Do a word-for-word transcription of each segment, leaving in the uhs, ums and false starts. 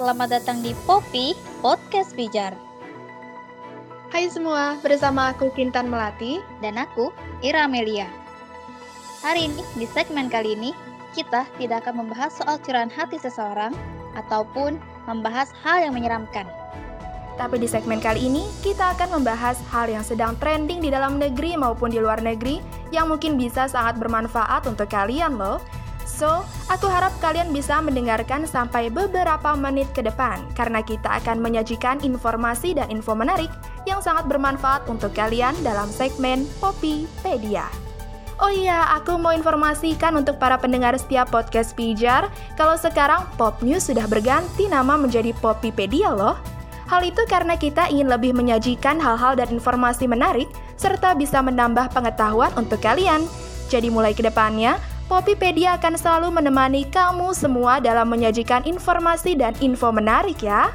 selamat datang di Poppy Podcast Pijar. Hai semua, bersama aku Kintan Melati dan aku Ira Amelia. Hari ini, di segmen kali ini, kita tidak akan membahas soal curahan hati seseorang ataupun membahas hal yang menyeramkan. Tapi di segmen kali ini, kita akan membahas hal yang sedang trending di dalam negeri maupun di luar negeri yang mungkin bisa sangat bermanfaat untuk kalian loh. So, aku harap kalian bisa mendengarkan sampai beberapa menit ke depan karena kita akan menyajikan informasi dan info menarik yang sangat bermanfaat untuk kalian dalam segmen Poppypedia. Oh iya, aku mau informasikan untuk para pendengar setiap podcast Pijar, kalau sekarang Pop News sudah berganti nama menjadi Poppypedia loh. Hal itu karena kita ingin lebih menyajikan hal-hal dan informasi menarik serta bisa menambah pengetahuan untuk kalian. Jadi mulai ke depannya, Poppypedia akan selalu menemani kamu semua dalam menyajikan informasi dan info menarik ya.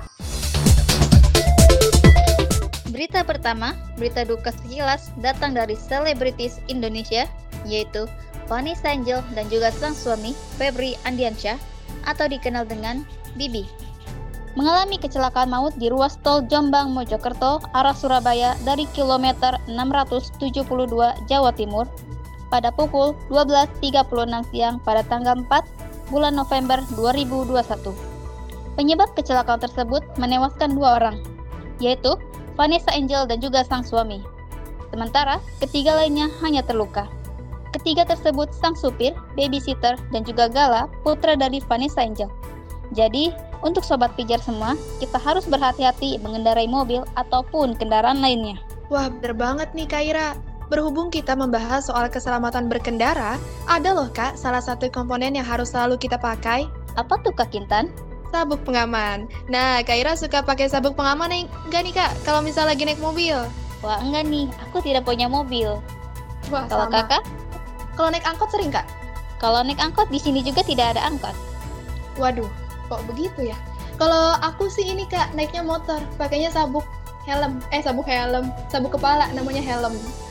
Berita pertama, berita duka sekilas datang dari selebritis Indonesia, yaitu Vanessa Angel dan juga sang suami Febri Andiansyah atau dikenal dengan Bibi. Mengalami kecelakaan maut di ruas tol Jombang Mojokerto arah Surabaya dari kilometer enam ratus tujuh puluh dua Jawa Timur pada pukul dua belas tiga puluh enam siang pada tanggal empat bulan November dua ribu dua puluh satu. Penyebab kecelakaan tersebut menewaskan dua orang, yaitu Vanessa Angel dan juga sang suami. Sementara ketiga lainnya hanya terluka. Ketiga tersebut sang supir, babysitter, dan juga Gala, putra dari Vanessa Angel. Jadi, untuk sobat pijar semua, kita harus berhati-hati mengendarai mobil ataupun kendaraan lainnya. Wah, bener banget nih Kak Ira. Berhubung kita membahas soal keselamatan berkendara, ada loh Kak salah satu komponen yang harus selalu kita pakai. Apa tuh Kak Kintan? Sabuk pengaman. Nah, Kak Ira suka pakai sabuk pengaman enggak nih Kak, kalau misal lagi naik mobil? Wah enggak nih, aku tidak punya mobil. Wah, kalau sama. Kakak? Kalau naik angkot sering Kak? Kalau naik angkot di sini juga tidak ada angkot. Waduh, kok begitu ya? Kalau aku sih ini Kak, naiknya motor, pakainya sabuk helm. Eh, sabuk helm, sabuk kepala namanya helm.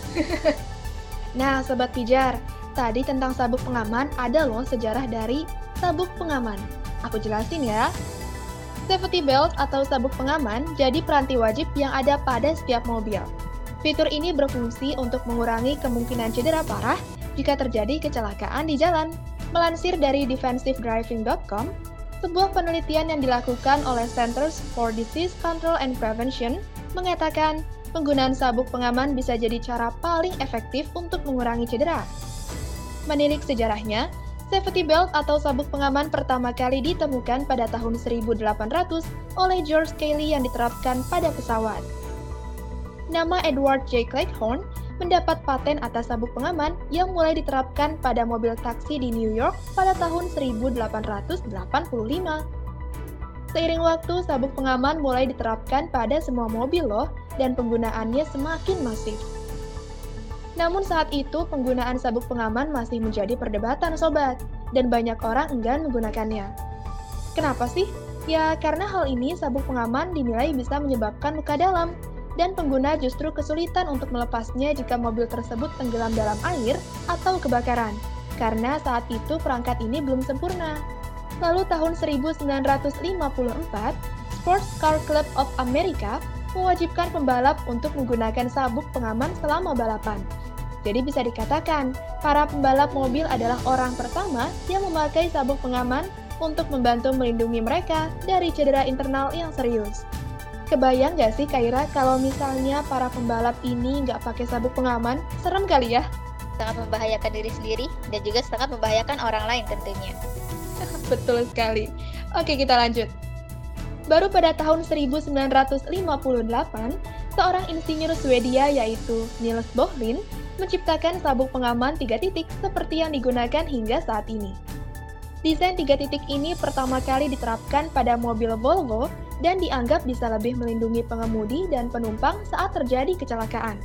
Nah, Sobat Pijar, tadi tentang sabuk pengaman ada loh sejarah dari sabuk pengaman. Aku jelasin ya. Safety belt atau sabuk pengaman jadi peranti wajib yang ada pada setiap mobil. Fitur ini berfungsi untuk mengurangi kemungkinan cedera parah jika terjadi kecelakaan di jalan. Melansir dari defensive driving dot com, sebuah penelitian yang dilakukan oleh Centers for Disease Control and Prevention mengatakan penggunaan sabuk pengaman bisa jadi cara paling efektif untuk mengurangi cedera. Menilik sejarahnya, safety belt atau sabuk pengaman pertama kali ditemukan pada tahun seribu delapan ratus oleh George Cayley yang diterapkan pada pesawat. Nama Edward J. Cleghorn mendapat paten atas sabuk pengaman yang mulai diterapkan pada mobil taksi di New York pada tahun seribu delapan ratus delapan puluh lima. Seiring waktu, sabuk pengaman mulai diterapkan pada semua mobil loh, dan penggunaannya semakin masif. Namun saat itu, penggunaan sabuk pengaman masih menjadi perdebatan sobat, dan banyak orang enggan menggunakannya. Kenapa sih? Ya, karena hal ini sabuk pengaman dinilai bisa menyebabkan luka dalam, dan pengguna justru kesulitan untuk melepasnya jika mobil tersebut tenggelam dalam air atau kebakaran, karena saat itu perangkat ini belum sempurna. Lalu tahun seribu sembilan ratus lima puluh empat, Sports Car Club of America mewajibkan pembalap untuk menggunakan sabuk pengaman selama balapan. Jadi bisa dikatakan, para pembalap mobil adalah orang pertama yang memakai sabuk pengaman untuk membantu melindungi mereka dari cedera internal yang serius. Kebayang nggak sih Kak Ira kalau misalnya para pembalap ini nggak pakai sabuk pengaman? Serem kali ya? Sangat membahayakan diri sendiri dan juga sangat membahayakan orang lain tentunya. Betul sekali. Oke, kita lanjut. Baru pada tahun seribu sembilan ratus lima puluh delapan, seorang insinyur Swedia yaitu Niels Bohlin menciptakan sabuk pengaman tiga titik seperti yang digunakan hingga saat ini. Desain tiga titik ini pertama kali diterapkan pada mobil Volvo dan dianggap bisa lebih melindungi pengemudi dan penumpang saat terjadi kecelakaan.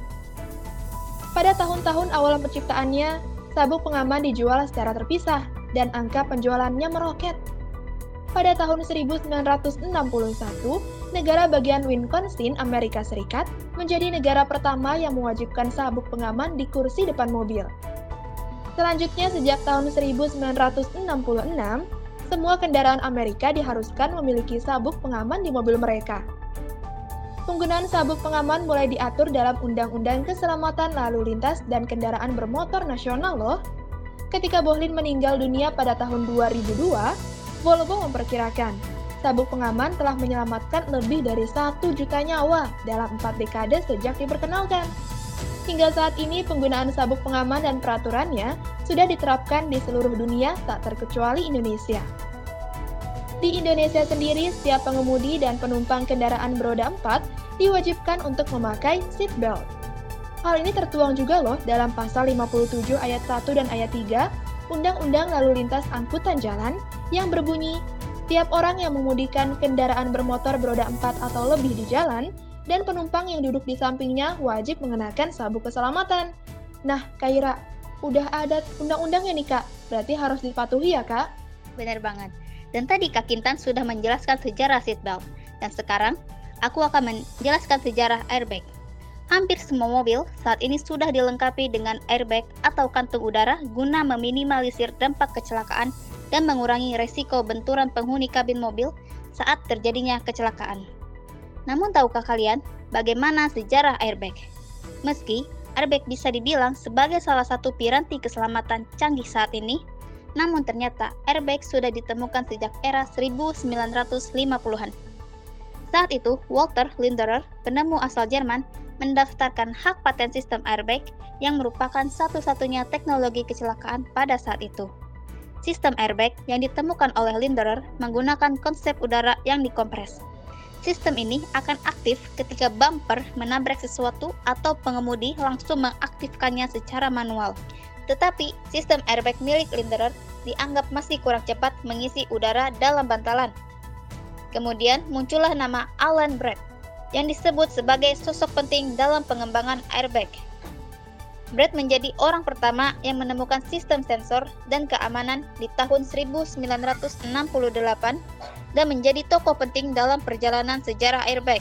Pada tahun-tahun awal penciptaannya, sabuk pengaman dijual secara terpisah dan angka penjualannya meroket. Pada tahun seribu sembilan ratus enam puluh satu, negara bagian Wisconsin, Amerika Serikat, menjadi negara pertama yang mewajibkan sabuk pengaman di kursi depan mobil. Selanjutnya, sejak tahun seribu sembilan ratus enam puluh enam, semua kendaraan Amerika diharuskan memiliki sabuk pengaman di mobil mereka. Penggunaan sabuk pengaman mulai diatur dalam Undang-Undang Keselamatan Lalu Lintas dan Kendaraan Bermotor Nasional loh. Ketika Bohlin meninggal dunia pada tahun dua ribu dua, Volvo memperkirakan sabuk pengaman telah menyelamatkan lebih dari satu juta nyawa dalam empat dekade sejak diperkenalkan. Hingga saat ini penggunaan sabuk pengaman dan peraturannya sudah diterapkan di seluruh dunia tak terkecuali Indonesia. Di Indonesia sendiri, setiap pengemudi dan penumpang kendaraan beroda empat diwajibkan untuk memakai seat belt. Hal ini tertuang juga loh dalam pasal lima puluh tujuh ayat satu dan ayat tiga Undang-Undang Lalu Lintas Angkutan Jalan yang berbunyi, setiap orang yang mengemudikan kendaraan bermotor beroda empat atau lebih di jalan dan penumpang yang duduk di sampingnya wajib mengenakan sabuk keselamatan. Nah, Kak Ira, udah ada undang-undangnya nih Kak, berarti harus dipatuhi ya Kak? Benar banget. Dan tadi Kak Kintan sudah menjelaskan sejarah seatbelt. Dan sekarang, aku akan menjelaskan sejarah airbag. Hampir semua mobil saat ini sudah dilengkapi dengan airbag atau kantung udara guna meminimalisir dampak kecelakaan dan mengurangi resiko benturan penghuni kabin mobil saat terjadinya kecelakaan. Namun tahukah kalian bagaimana sejarah airbag? Meski airbag bisa dibilang sebagai salah satu piranti keselamatan canggih saat ini, namun ternyata airbag sudah ditemukan sejak era seribu sembilan ratus lima puluhan. Saat itu, Walter Linderer, penemu asal Jerman, mendaftarkan hak paten sistem airbag yang merupakan satu-satunya teknologi kecelakaan pada saat itu. Sistem airbag yang ditemukan oleh Linderer menggunakan konsep udara yang dikompres. Sistem ini akan aktif ketika bumper menabrak sesuatu atau pengemudi langsung mengaktifkannya secara manual. Tetapi, sistem airbag milik Linderer dianggap masih kurang cepat mengisi udara dalam bantalan. Kemudian muncullah nama Alan Brett, yang disebut sebagai sosok penting dalam pengembangan airbag. Brett menjadi orang pertama yang menemukan sistem sensor dan keamanan di tahun seribu sembilan ratus enam puluh delapan dan menjadi tokoh penting dalam perjalanan sejarah airbag.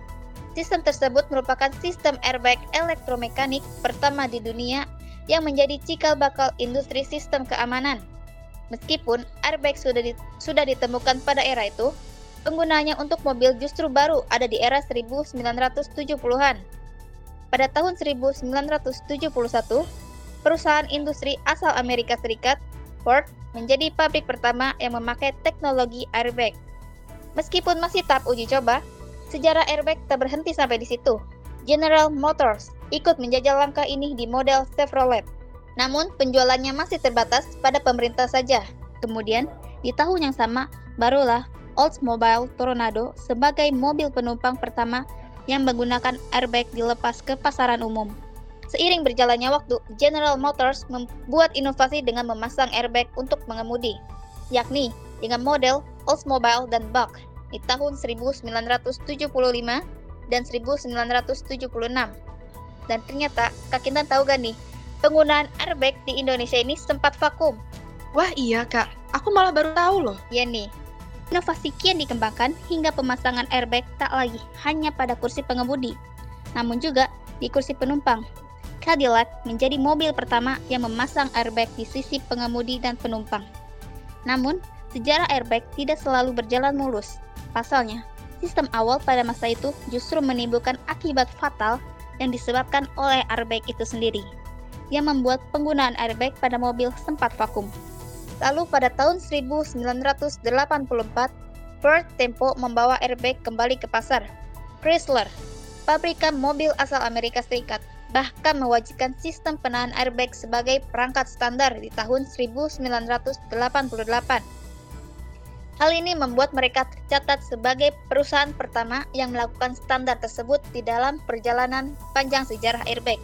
Sistem tersebut merupakan sistem airbag elektromekanik pertama di dunia yang menjadi cikal bakal industri sistem keamanan. Meskipun airbag sudah, di, sudah ditemukan pada era itu, penggunaannya untuk mobil justru baru ada di era seribu sembilan ratus tujuh puluhan. Pada tahun seribu sembilan ratus tujuh puluh satu, perusahaan industri asal Amerika Serikat, Ford, menjadi pabrik pertama yang memakai teknologi airbag. Meskipun masih tahap uji coba, sejarah airbag tak berhenti sampai di situ. General Motors ikut menjajal langkah ini di model Chevrolet. Namun, penjualannya masih terbatas pada pemerintah saja. Kemudian, di tahun yang sama, barulah Oldsmobile Toronado sebagai mobil penumpang pertama yang menggunakan airbag dilepas ke pasaran umum. Seiring berjalannya waktu, General Motors membuat inovasi dengan memasang airbag untuk pengemudi, yakni dengan model Oldsmobile dan Buick di tahun seribu sembilan ratus tujuh puluh lima dan seribu sembilan ratus tujuh puluh enam. Dan ternyata, Kak Kintan tahu gak nih, penggunaan airbag di Indonesia ini sempat vakum. Wah iya Kak, aku malah baru tahu loh. Ya nih, inovasi kian dikembangkan hingga pemasangan airbag tak lagi hanya pada kursi pengemudi, namun juga di kursi penumpang. Cadillac menjadi mobil pertama yang memasang airbag di sisi pengemudi dan penumpang. Namun, sejarah airbag tidak selalu berjalan mulus. Pasalnya, sistem awal pada masa itu justru menimbulkan akibat fatal yang disebabkan oleh airbag itu sendiri, yang membuat penggunaan airbag pada mobil sempat vakum. Lalu pada tahun seribu sembilan ratus delapan puluh empat, Ford Tempo membawa airbag kembali ke pasar. Chrysler, pabrikan mobil asal Amerika Serikat, bahkan mewajibkan sistem penahan airbag sebagai perangkat standar di tahun seribu sembilan ratus delapan puluh delapan. Hal ini membuat mereka tercatat sebagai perusahaan pertama yang melakukan standar tersebut di dalam perjalanan panjang sejarah airbag.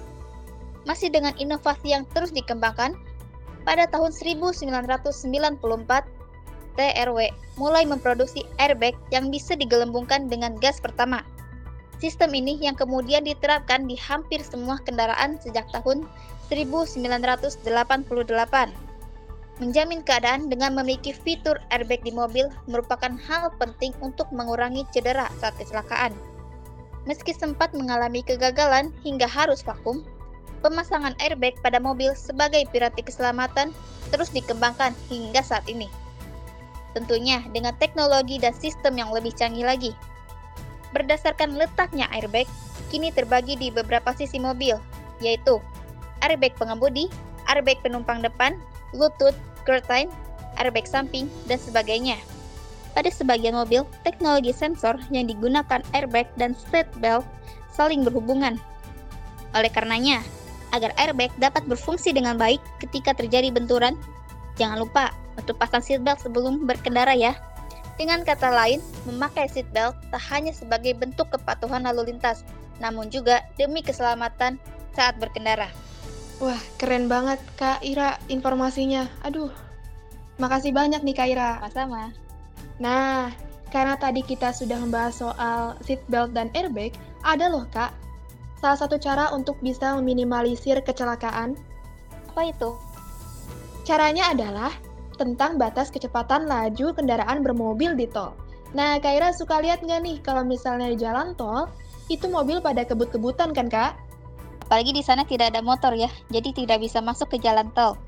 Masih dengan inovasi yang terus dikembangkan, pada tahun seribu sembilan ratus sembilan puluh empat, T R W mulai memproduksi airbag yang bisa digelembungkan dengan gas pertama. Sistem ini yang kemudian diterapkan di hampir semua kendaraan sejak tahun seribu sembilan ratus delapan puluh delapan. Menjamin keadaan dengan memiliki fitur airbag di mobil merupakan hal penting untuk mengurangi cedera saat kecelakaan. Meski sempat mengalami kegagalan hingga harus vakum, pemasangan airbag pada mobil sebagai piranti keselamatan terus dikembangkan hingga saat ini. tentunya dengan teknologi dan sistem yang lebih canggih lagi. Berdasarkan letaknya airbag, kini terbagi di beberapa sisi mobil, yaitu airbag pengemudi, airbag penumpang depan, Bluetooth, curtain, airbag samping, dan sebagainya. Pada sebagian mobil, teknologi sensor yang digunakan airbag dan seat belt saling berhubungan. Oleh karenanya, agar airbag dapat berfungsi dengan baik ketika terjadi benturan, jangan lupa untuk pasang seatbelt sebelum berkendara ya. Dengan kata lain, memakai seatbelt tak hanya sebagai bentuk kepatuhan lalu lintas, namun juga demi keselamatan saat berkendara. Wah, keren banget Kak Ira informasinya. Aduh, makasih banyak nih Kak Ira. Sama-sama. Nah, karena tadi kita sudah membahas soal seatbelt dan airbag, ada loh Kak, salah satu cara untuk bisa meminimalisir kecelakaan. Apa itu? Caranya adalah tentang batas kecepatan laju kendaraan bermobil di tol. Nah, Kak Ira suka lihat nggak nih kalau misalnya di jalan tol, itu mobil pada kebut-kebutan kan Kak? Apalagi di sana tidak ada motor ya, jadi tidak bisa masuk ke jalan tol.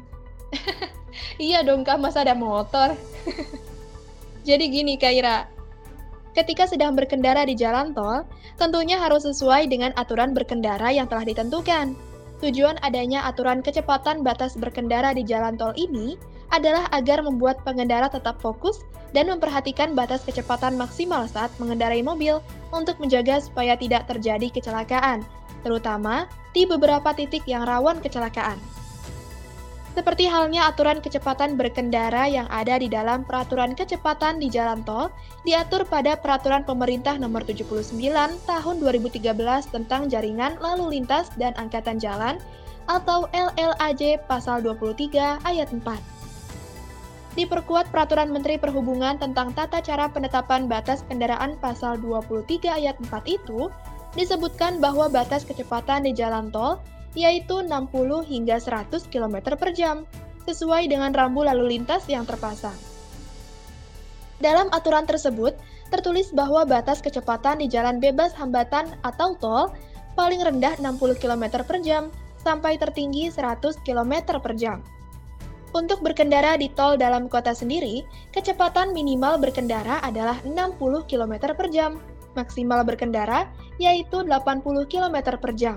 Iya dong Kak, masa ada motor? Jadi gini Kak Ira, ketika sedang berkendara di jalan tol, tentunya harus sesuai dengan aturan berkendara yang telah ditentukan. Tujuan adanya aturan kecepatan batas berkendara di jalan tol ini adalah agar membuat pengendara tetap fokus dan memperhatikan batas kecepatan maksimal saat mengendarai mobil untuk menjaga supaya tidak terjadi kecelakaan, terutama di beberapa titik yang rawan kecelakaan. Seperti halnya aturan kecepatan berkendara yang ada di dalam Peraturan Kecepatan di Jalan Tol, diatur pada Peraturan Pemerintah Nomor tujuh puluh sembilan Tahun dua ribu tiga belas tentang Jaringan Lalu Lintas dan Angkatan Jalan atau L L A J Pasal dua puluh tiga Ayat empat. Diperkuat Peraturan Menteri Perhubungan tentang Tata Cara Penetapan Batas Kendaraan Pasal dua puluh tiga Ayat empat itu, disebutkan bahwa batas kecepatan di jalan tol yaitu enam puluh hingga seratus kilometer per jam, sesuai dengan rambu lalu lintas yang terpasang. Dalam aturan tersebut, tertulis bahwa batas kecepatan di jalan bebas hambatan atau tol paling rendah enam puluh kilometer per jam sampai tertinggi seratus kilometer per jam. Untuk berkendara di tol dalam kota sendiri, kecepatan minimal berkendara adalah enam puluh kilometer per jam, maksimal berkendara yaitu delapan puluh kilometer per jam.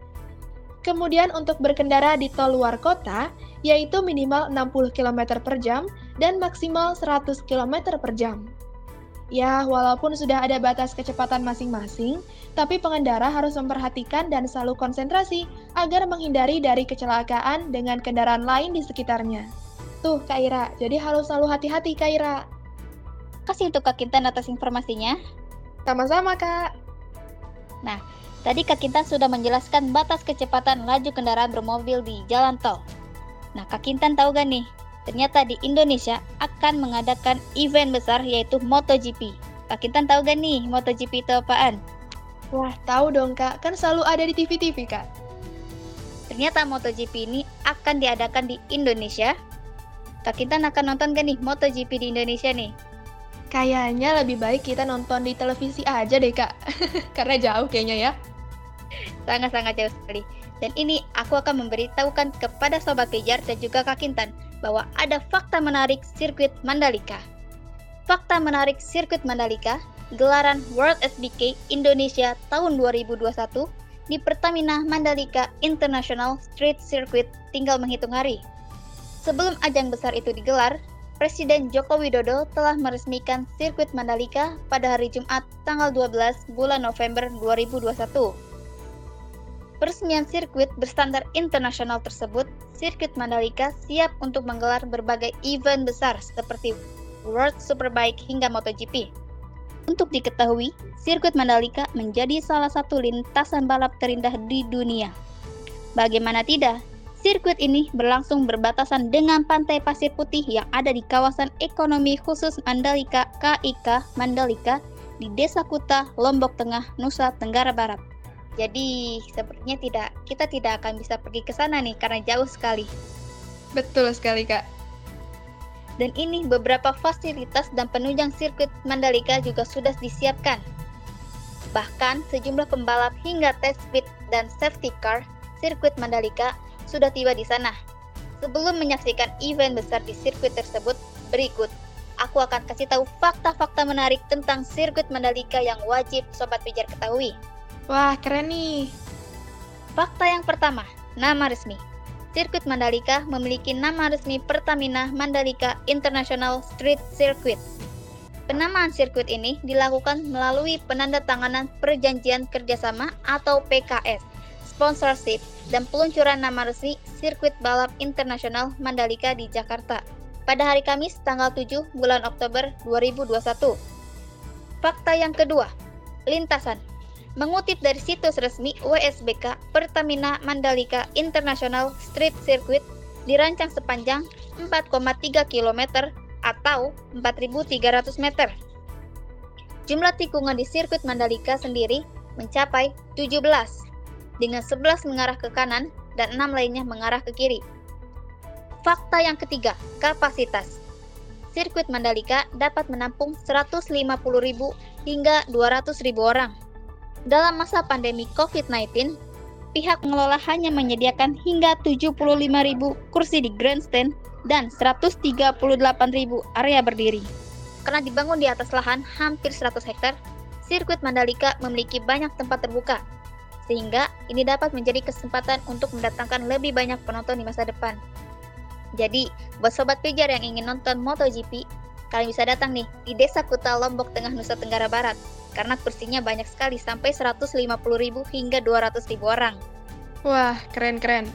Kemudian untuk berkendara di tol luar kota, yaitu minimal enam puluh kilometer per jam dan maksimal seratus kilometer per jam. Ya, walaupun sudah ada batas kecepatan masing-masing, tapi pengendara harus memperhatikan dan selalu konsentrasi agar menghindari dari kecelakaan dengan kendaraan lain di sekitarnya. Tuh, Kak Ira, jadi harus selalu hati-hati, Kak Ira. Kasih untuk Kak Kintan atas informasinya. Sama-sama, Kak. Nah, tadi Kak Kintan sudah menjelaskan batas kecepatan laju kendaraan bermobil di jalan tol. Nah, Kak Kintan tahu gak nih? Ternyata di Indonesia akan mengadakan event besar yaitu MotoGP. Kak Kintan tahu gak nih MotoGP itu apaan? Wah, tahu dong Kak, kan selalu ada di T V-T V Kak. Ternyata MotoGP ini akan diadakan di Indonesia. Kak Kintan akan nonton gak nih MotoGP di Indonesia nih? Kayaknya lebih baik kita nonton di televisi aja deh Kak, karena jauh kayaknya ya. Sangat-sangat jauh sekali. Dan ini aku akan memberitahukan kepada Sobat Pijar dan juga Kak Kintan bahwa ada fakta menarik sirkuit Mandalika. Fakta menarik sirkuit Mandalika, gelaran World S B K Indonesia tahun dua ribu dua puluh satu di Pertamina Mandalika International Street Circuit tinggal menghitung hari. Sebelum ajang besar itu digelar, Presiden Joko Widodo telah meresmikan sirkuit Mandalika pada hari Jumat tanggal dua belas bulan November dua ribu dua puluh satu. Peresmian sirkuit berstandar internasional tersebut, sirkuit Mandalika siap untuk menggelar berbagai event besar seperti World Superbike hingga MotoGP. Untuk diketahui, sirkuit Mandalika menjadi salah satu lintasan balap terindah di dunia. Bagaimana tidak, sirkuit ini berlangsung berbatasan dengan pantai pasir putih yang ada di kawasan ekonomi khusus Mandalika K I K Mandalika di Desa Kuta, Lombok Tengah, Nusa Tenggara Barat. Jadi sepertinya tidak, kita tidak akan bisa pergi ke sana nih karena jauh sekali. Betul sekali Kak. Dan ini beberapa fasilitas dan penunjang sirkuit Mandalika juga sudah disiapkan. Bahkan sejumlah pembalap hingga test pit dan safety car sirkuit Mandalika sudah tiba di sana. Sebelum menyaksikan event besar di sirkuit tersebut, berikut aku akan kasih tahu fakta-fakta menarik tentang sirkuit Mandalika yang wajib Sobat Pijar ketahui. Wah, keren nih. Fakta yang pertama, nama resmi. Sirkuit Mandalika memiliki nama resmi Pertamina Mandalika International Street Circuit. Penamaan sirkuit ini dilakukan melalui penandatanganan perjanjian kerjasama atau P K S, sponsorship, dan peluncuran nama resmi Sirkuit Balap Internasional Mandalika di Jakarta pada hari Kamis tanggal tujuh bulan Oktober dua ribu dua puluh satu. Fakta yang kedua, lintasan. Mengutip dari situs resmi W S B K, Pertamina Mandalika International Street Circuit dirancang sepanjang empat koma tiga kilometer atau empat ribu tiga ratus meter. Jumlah tikungan di sirkuit Mandalika sendiri mencapai tujuh belas, dengan sebelas mengarah ke kanan dan enam lainnya mengarah ke kiri. Fakta yang ketiga, kapasitas. Sirkuit Mandalika dapat menampung seratus lima puluh ribu hingga dua ratus ribu orang. Dalam masa pandemi covid sembilan belas, pihak pengelola hanya menyediakan hingga tujuh puluh lima ribu kursi di grandstand dan seratus tiga puluh delapan ribu area berdiri. Karena dibangun di atas lahan hampir seratus hektar, sirkuit Mandalika memiliki banyak tempat terbuka, sehingga ini dapat menjadi kesempatan untuk mendatangkan lebih banyak penonton di masa depan. Jadi, buat Sobat Pijar yang ingin nonton MotoGP, kalian bisa datang nih di Desa Kuta, Lombok Tengah, Nusa Tenggara Barat, karena kursinya banyak sekali sampai seratus lima puluh ribu hingga dua ratus ribu orang. Wah, keren-keren.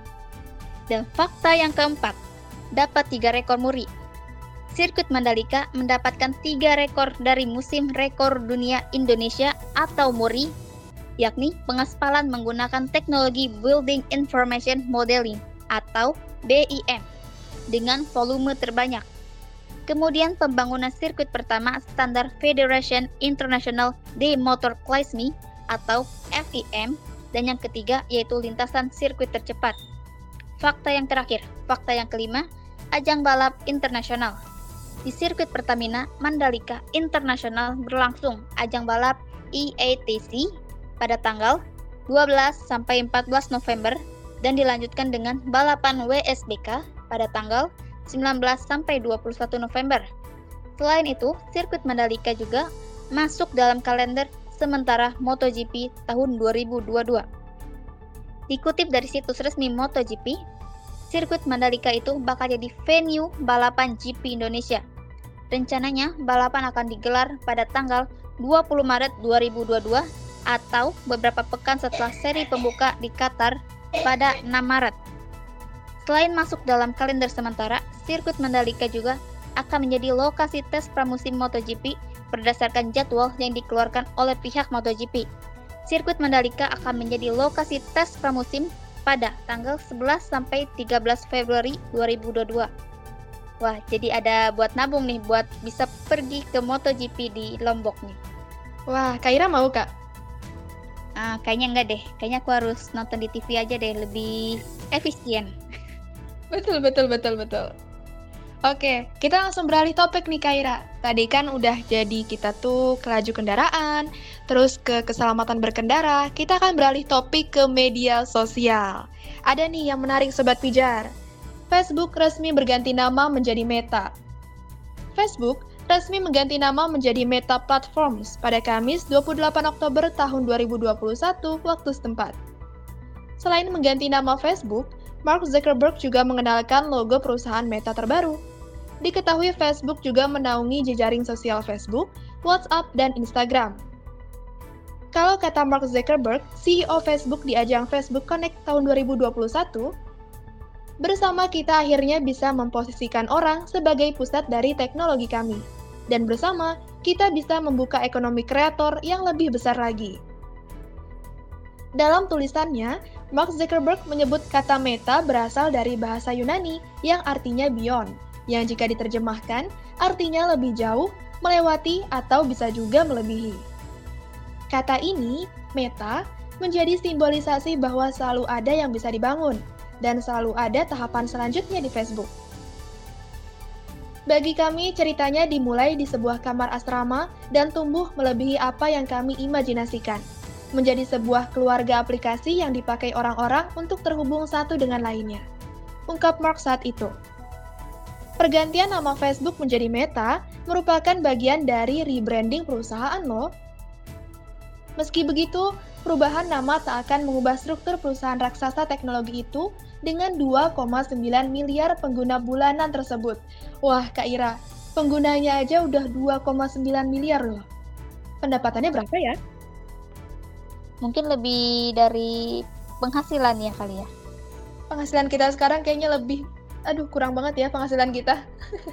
Dan fakta yang keempat, dapat tiga rekor muri. Sirkuit Mandalika mendapatkan tiga rekor dari musim rekor dunia Indonesia atau muri, yakni pengaspalan menggunakan teknologi Building Information Modeling atau B I M dengan volume terbanyak. Kemudian pembangunan sirkuit pertama standar Federation International de Motorcyclisme atau F I M, dan yang ketiga yaitu lintasan sirkuit tercepat. Fakta yang terakhir, fakta yang kelima, ajang balap internasional. Di sirkuit Pertamina Mandalika Internasional berlangsung ajang balap I A T C pada tanggal dua belas sampai empat belas November dan dilanjutkan dengan balapan W S B K pada tanggal sembilan belas sampai dua puluh satu November. Selain itu, sirkuit Mandalika juga masuk dalam kalender sementara MotoGP tahun dua ribu dua puluh dua. Dikutip dari situs resmi MotoGP, sirkuit Mandalika itu bakal jadi venue balapan G P Indonesia. Rencananya, balapan akan digelar pada tanggal dua puluh Maret dua ribu dua puluh dua atau beberapa pekan setelah seri pembuka di Qatar pada enam Maret. Selain masuk dalam kalender sementara, sirkuit Mandalika juga akan menjadi lokasi tes pramusim MotoGP berdasarkan jadwal yang dikeluarkan oleh pihak MotoGP. Sirkuit Mandalika akan menjadi lokasi tes pramusim pada tanggal sebelas sampai tiga belas Februari dua ribu dua puluh dua. Wah, jadi ada buat nabung nih buat bisa pergi ke MotoGP di Lombok nih. Wah, Kak Ira mau, Kak? Ah, kayaknya enggak deh. Kayaknya aku harus nonton di T V aja deh, lebih efisien. Betul, betul, betul, betul. Oke, kita langsung beralih topik nih, Kak Ira. Tadi kan udah jadi kita tuh ke laju kendaraan, terus ke keselamatan berkendara, kita akan beralih topik ke media sosial. Ada nih yang menarik Sobat Pijar. Facebook resmi berganti nama menjadi Meta. Facebook resmi mengganti nama menjadi Meta Platforms pada Kamis dua puluh delapan Oktober tahun dua ribu dua puluh satu waktu setempat. Selain mengganti nama Facebook, Mark Zuckerberg juga mengenalkan logo perusahaan Meta terbaru. Diketahui Facebook juga menaungi jejaring sosial Facebook, WhatsApp, dan Instagram. Kalau kata Mark Zuckerberg, C E O Facebook di ajang Facebook Connect tahun dua ribu dua puluh satu, bersama kita akhirnya bisa memposisikan orang sebagai pusat dari teknologi kami. Dan bersama, kita bisa membuka ekonomi kreator yang lebih besar lagi. Dalam tulisannya, Mark Zuckerberg menyebut kata meta berasal dari bahasa Yunani yang artinya beyond, yang jika diterjemahkan artinya lebih jauh, melewati, atau bisa juga melebihi. Kata ini, meta, menjadi simbolisasi bahwa selalu ada yang bisa dibangun, dan selalu ada tahapan selanjutnya di Facebook. Bagi kami, ceritanya dimulai di sebuah kamar asrama dan tumbuh melebihi apa yang kami imajinasikan, menjadi sebuah keluarga aplikasi yang dipakai orang-orang untuk terhubung satu dengan lainnya, ungkap Mark saat itu. Pergantian nama Facebook menjadi Meta merupakan bagian dari rebranding perusahaan loh. Meski begitu, perubahan nama tak akan mengubah struktur perusahaan raksasa teknologi itu dengan dua koma sembilan miliar pengguna bulanan tersebut. Wah, Kak Ira, penggunanya aja udah dua koma sembilan miliar loh. Pendapatannya berapa ya? Mungkin lebih dari penghasilan ya kali ya. Penghasilan kita sekarang kayaknya lebih, aduh kurang banget ya penghasilan kita.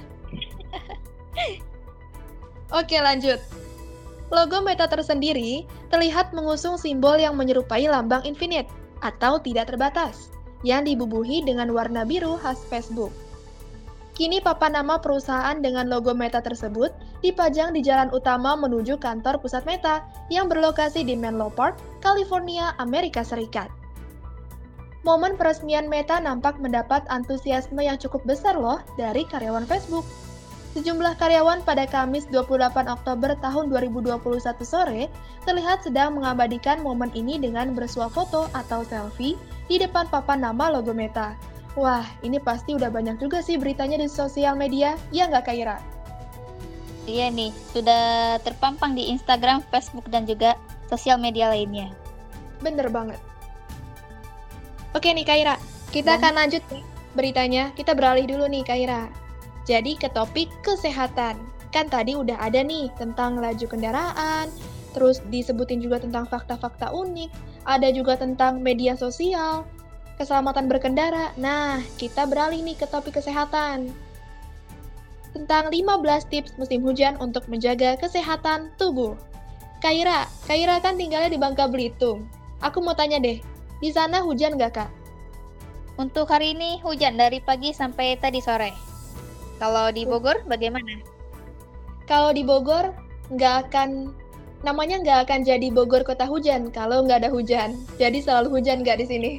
Oke, lanjut. Logo Meta tersendiri terlihat mengusung simbol yang menyerupai lambang infinite atau tidak terbatas, yang dibubuhi dengan warna biru khas Facebook. Kini papan nama perusahaan dengan logo Meta tersebut dipajang di jalan utama menuju kantor pusat Meta yang berlokasi di Menlo Park, California, Amerika Serikat. Momen peresmian Meta nampak mendapat antusiasme yang cukup besar loh dari karyawan Facebook. Sejumlah karyawan pada Kamis dua puluh delapan Oktober tahun dua ribu dua puluh satu sore terlihat sedang mengabadikan momen ini dengan bersuah foto atau selfie di depan papan nama logo Meta. Wah, ini pasti udah banyak juga sih beritanya di sosial media, ya nggak Kak Ira? Iya nih, sudah terpampang di Instagram, Facebook, dan juga sosial media lainnya. Bener banget. Oke nih Kak Ira, kita Dan... akan lanjut nih beritanya. Kita beralih dulu nih Kak Ira. Jadi ke topik kesehatan. Kan tadi udah ada nih tentang laju kendaraan, terus disebutin juga tentang fakta-fakta unik, ada juga tentang media sosial, keselamatan berkendara. Nah, kita beralih nih ke topik kesehatan. Tentang lima belas tips musim hujan untuk menjaga kesehatan tubuh. Kak Ira, Kak Ira kan tinggalnya di Bangka Belitung. Aku mau tanya deh, di sana hujan nggak Kak? Untuk hari ini hujan dari pagi sampai tadi sore. Kalau di Bogor bagaimana? Kalau di Bogor nggak akan, namanya nggak akan jadi Bogor kota hujan kalau nggak ada hujan. Jadi selalu hujan nggak di sini.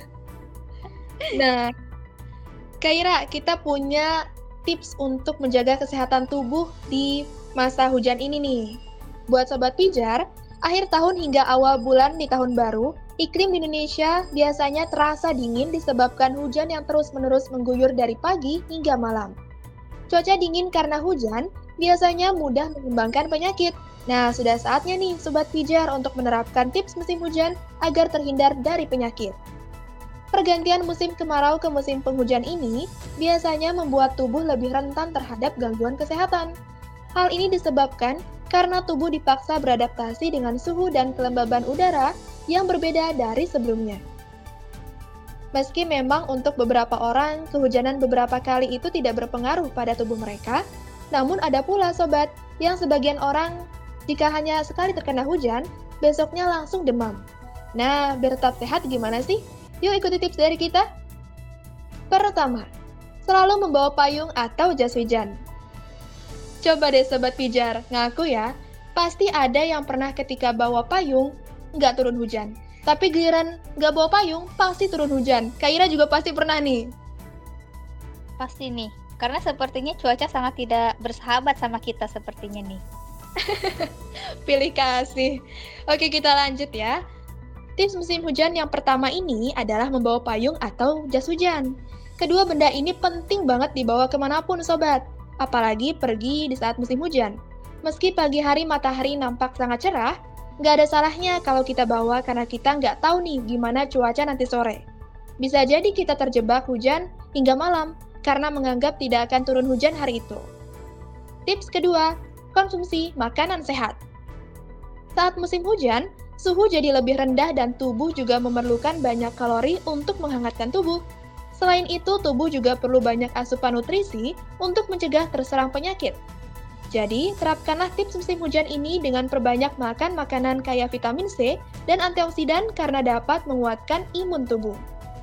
Nah, Kak Ira, kita punya tips untuk menjaga kesehatan tubuh di masa hujan ini nih. Buat Sobat Pijar, akhir tahun hingga awal bulan di tahun baru, iklim di Indonesia biasanya terasa dingin disebabkan hujan yang terus-menerus mengguyur dari pagi hingga malam. Cuaca dingin karena hujan biasanya mudah mengembangkan penyakit. Nah, sudah saatnya nih Sobat Pijar untuk menerapkan tips musim hujan agar terhindar dari penyakit. Pergantian musim kemarau ke musim penghujan ini biasanya membuat tubuh lebih rentan terhadap gangguan kesehatan. Hal ini disebabkan karena tubuh dipaksa beradaptasi dengan suhu dan kelembaban udara yang berbeda dari sebelumnya. Meski memang untuk beberapa orang, kehujanan beberapa kali itu tidak berpengaruh pada tubuh mereka, namun ada pula sobat, yang sebagian orang jika hanya sekali terkena hujan, besoknya langsung demam. Nah, biar tetap sehat gimana sih? Yuk ikuti tips dari kita. Pertama, selalu membawa payung atau jas hujan. Coba deh Sobat Pijar, ngaku ya, pasti ada yang pernah ketika bawa payung, nggak turun hujan. Tapi giliran nggak bawa payung, pasti turun hujan. Kak Ira juga pasti pernah nih. Pasti nih, karena sepertinya cuaca sangat tidak bersahabat sama kita sepertinya nih. Pilih kasih. Oke, kita lanjut ya. Tips musim hujan yang pertama ini adalah membawa payung atau jas hujan. Kedua benda ini penting banget dibawa kemanapun sobat, apalagi pergi di saat musim hujan. Meski pagi hari matahari nampak sangat cerah, nggak ada salahnya kalau kita bawa karena kita nggak tahu nih gimana cuaca nanti sore. Bisa jadi kita terjebak hujan hingga malam karena menganggap tidak akan turun hujan hari itu. Tips kedua, konsumsi makanan sehat. Saat musim hujan, suhu jadi lebih rendah dan tubuh juga memerlukan banyak kalori untuk menghangatkan tubuh. Selain itu, tubuh juga perlu banyak asupan nutrisi untuk mencegah terserang penyakit. Jadi, terapkanlah tips musim hujan ini dengan perbanyak makan makanan kaya vitamin C dan antioksidan karena dapat menguatkan imun tubuh.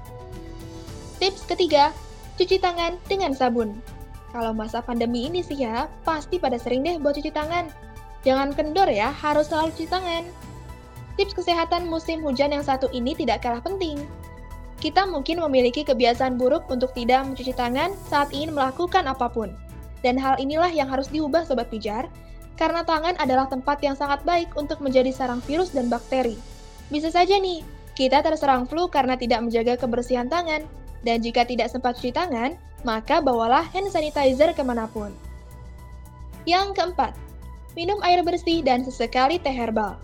Tips ketiga, cuci tangan dengan sabun. Kalau masa pandemi ini sih ya, pasti pada sering deh buat cuci tangan. Jangan kendor ya, harus selalu cuci tangan. Tips kesehatan musim hujan yang satu ini tidak kalah penting. Kita mungkin memiliki kebiasaan buruk untuk tidak mencuci tangan saat ingin melakukan apapun. Dan hal inilah yang harus diubah Sobat Pijar, karena tangan adalah tempat yang sangat baik untuk menjadi sarang virus dan bakteri. Bisa saja nih, kita terserang flu karena tidak menjaga kebersihan tangan. Dan jika tidak sempat cuci tangan, maka bawalah hand sanitizer kemanapun. Yang keempat, minum air bersih dan sesekali teh herbal.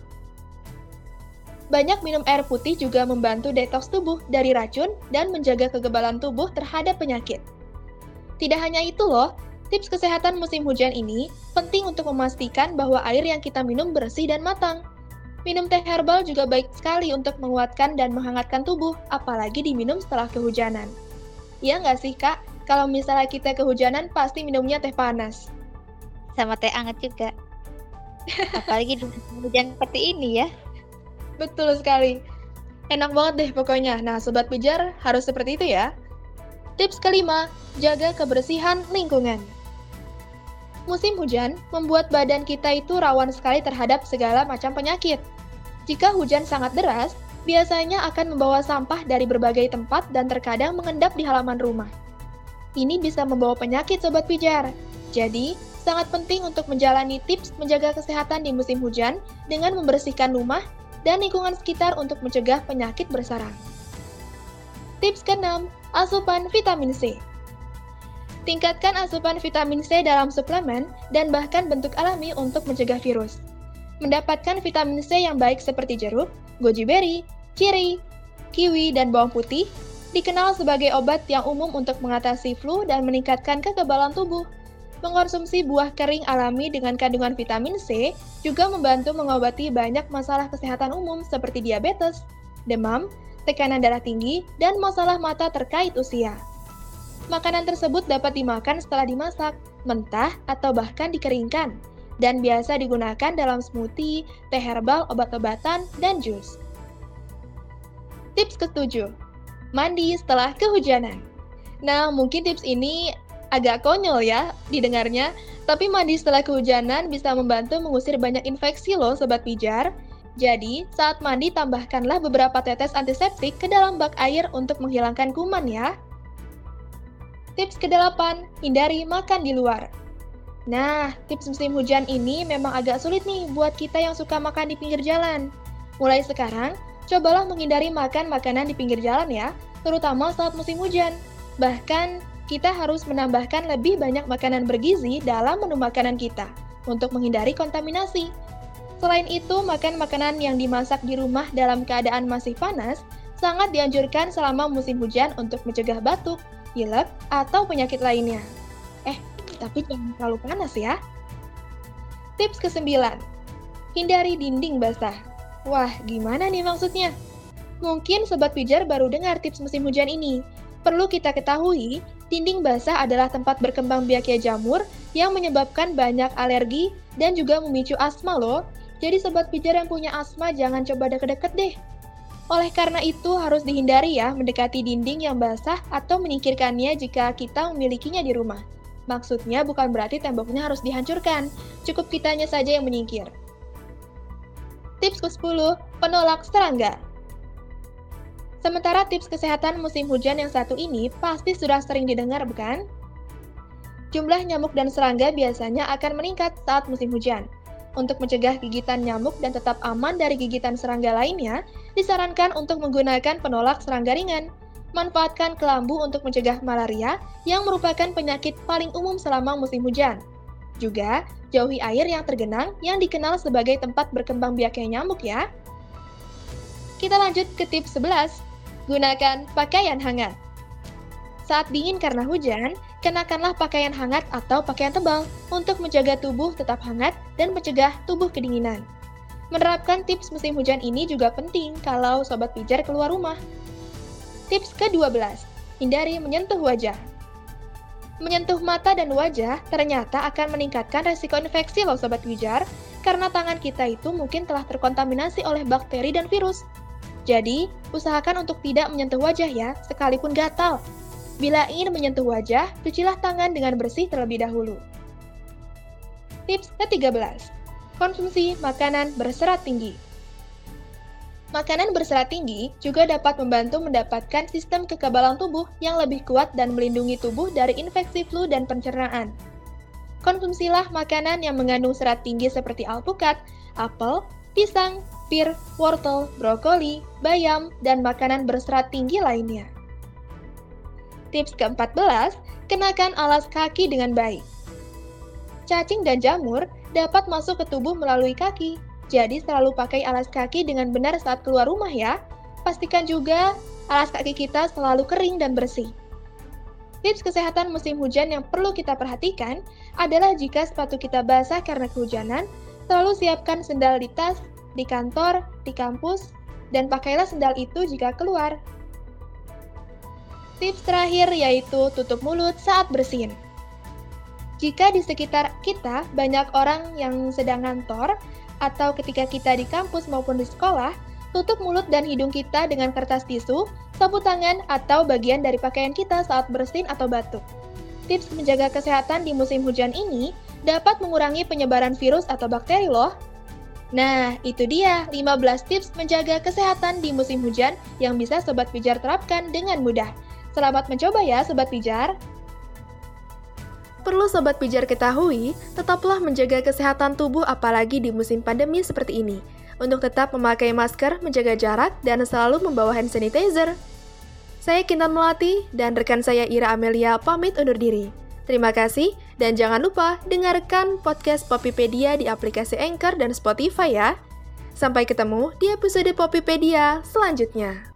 Banyak minum air putih juga membantu detoks tubuh dari racun dan menjaga kekebalan tubuh terhadap penyakit. Tidak hanya itu loh, tips kesehatan musim hujan ini penting untuk memastikan bahwa air yang kita minum bersih dan matang. Minum teh herbal juga baik sekali untuk menguatkan dan menghangatkan tubuh, apalagi diminum setelah kehujanan. Iya nggak sih, Kak? Kalau misalnya kita kehujanan, pasti minumnya teh panas. Sama teh anget juga. Apalagi di musim hujan seperti ini ya. Betul sekali. Enak banget deh pokoknya. Nah, Sobat Pijar harus seperti itu ya. Tips kelima, jaga kebersihan lingkungan. Musim hujan membuat badan kita itu rawan sekali terhadap segala macam penyakit. Jika hujan sangat deras, biasanya akan membawa sampah dari berbagai tempat dan terkadang mengendap di halaman rumah. Ini bisa membawa penyakit Sobat Pijar. Jadi, sangat penting untuk menjalani tips menjaga kesehatan di musim hujan dengan membersihkan rumah dan lingkungan sekitar untuk mencegah penyakit bersarang. Tips keenam, asupan vitamin C. Tingkatkan asupan vitamin C dalam suplemen dan bahkan bentuk alami untuk mencegah virus. Mendapatkan vitamin C yang baik seperti jeruk, goji berry, ciri, kiwi, dan bawang putih dikenal sebagai obat yang umum untuk mengatasi flu dan meningkatkan kekebalan tubuh. Mengkonsumsi buah kering alami dengan kandungan vitamin C juga membantu mengobati banyak masalah kesehatan umum seperti diabetes, demam, tekanan darah tinggi, dan masalah mata terkait usia. Makanan tersebut dapat dimakan setelah dimasak, mentah, atau bahkan dikeringkan, dan biasa digunakan dalam smoothie, teh herbal, obat-obatan, dan jus. Tips ketujuh, mandi setelah kehujanan. Nah, mungkin tips ini agak konyol ya didengarnya, tapi mandi setelah kehujanan bisa membantu mengusir banyak infeksi loh Sobat Pijar. Jadi, saat mandi tambahkanlah beberapa tetes antiseptik ke dalam bak air untuk menghilangkan kuman ya. Tips kedelapan, hindari makan di luar. Nah, tips musim hujan ini memang agak sulit nih buat kita yang suka makan di pinggir jalan. Mulai sekarang, cobalah menghindari makan makanan di pinggir jalan ya, terutama saat musim hujan. Bahkan, kita harus menambahkan lebih banyak makanan bergizi dalam menu makanan kita, untuk menghindari kontaminasi. Selain itu, makan makanan yang dimasak di rumah dalam keadaan masih panas, sangat dianjurkan selama musim hujan untuk mencegah batuk, pilek, atau penyakit lainnya. Eh, tapi jangan terlalu panas ya. Tips kesembilan, hindari dinding basah. Wah, gimana nih maksudnya? Mungkin Sobat Pijar baru dengar tips musim hujan ini. Perlu kita ketahui, dinding basah adalah tempat berkembang biaknya jamur yang menyebabkan banyak alergi dan juga memicu asma loh. Jadi Sobat Pijar yang punya asma jangan coba deket-deket deh. Oleh karena itu harus dihindari ya mendekati dinding yang basah atau menyingkirkannya jika kita memilikinya di rumah. Maksudnya bukan berarti temboknya harus dihancurkan, cukup kitanya saja yang menyingkir. Tips kesepuluh, penolak serangga. Sementara tips kesehatan musim hujan yang satu ini pasti sudah sering didengar, bukan? Jumlah nyamuk dan serangga biasanya akan meningkat saat musim hujan. Untuk mencegah gigitan nyamuk dan tetap aman dari gigitan serangga lainnya, disarankan untuk menggunakan penolak serangga ringan. Manfaatkan kelambu untuk mencegah malaria yang merupakan penyakit paling umum selama musim hujan. Juga, jauhi air yang tergenang yang dikenal sebagai tempat berkembang biaknya nyamuk ya. Kita lanjut ke tips sebelas. Gunakan pakaian hangat. Saat dingin karena hujan, kenakanlah pakaian hangat atau pakaian tebal untuk menjaga tubuh tetap hangat dan mencegah tubuh kedinginan. Menerapkan tips musim hujan ini juga penting kalau Sobat Pijar keluar rumah. Tips kedua belas, hindari menyentuh wajah. Menyentuh mata dan wajah ternyata akan meningkatkan resiko infeksi loh Sobat Pijar, karena tangan kita itu mungkin telah terkontaminasi oleh bakteri dan virus. Jadi, usahakan untuk tidak menyentuh wajah ya, sekalipun gatal. Bila ingin menyentuh wajah, cucilah tangan dengan bersih terlebih dahulu. Tips ke tiga belas, konsumsi makanan berserat tinggi. Makanan berserat tinggi juga dapat membantu mendapatkan sistem kekebalan tubuh yang lebih kuat dan melindungi tubuh dari infeksi flu dan pencernaan. Konsumsilah makanan yang mengandung serat tinggi seperti alpukat, apel, pisang, pir, wortel, brokoli, bayam, dan makanan berserat tinggi lainnya. Tips keempat belas, kenakan alas kaki dengan baik. Cacing dan jamur dapat masuk ke tubuh melalui kaki, jadi selalu pakai alas kaki dengan benar saat keluar rumah ya. Pastikan juga alas kaki kita selalu kering dan bersih. Tips kesehatan musim hujan yang perlu kita perhatikan adalah jika sepatu kita basah karena kehujanan, selalu siapkan sendal di tas, di kantor, di kampus, dan pakailah sendal itu jika keluar. Tips terakhir yaitu tutup mulut saat bersin. Jika di sekitar kita banyak orang yang sedang ngantor, atau ketika kita di kampus maupun di sekolah, tutup mulut dan hidung kita dengan kertas tisu, sapu tangan, atau bagian dari pakaian kita saat bersin atau batuk. Tips menjaga kesehatan di musim hujan ini dapat mengurangi penyebaran virus atau bakteri loh. Nah, itu dia lima belas tips menjaga kesehatan di musim hujan yang bisa Sobat Pijar terapkan dengan mudah. Selamat mencoba ya Sobat Pijar! Perlu Sobat Pijar ketahui, tetaplah menjaga kesehatan tubuh apalagi di musim pandemi seperti ini. Untuk tetap memakai masker, menjaga jarak, dan selalu membawa hand sanitizer. Saya Kintan Melati, dan rekan saya Ira Amelia pamit undur diri. Terima kasih, dan jangan lupa dengarkan podcast Popipedia di aplikasi Anchor dan Spotify ya. Sampai ketemu di episode Popipedia selanjutnya.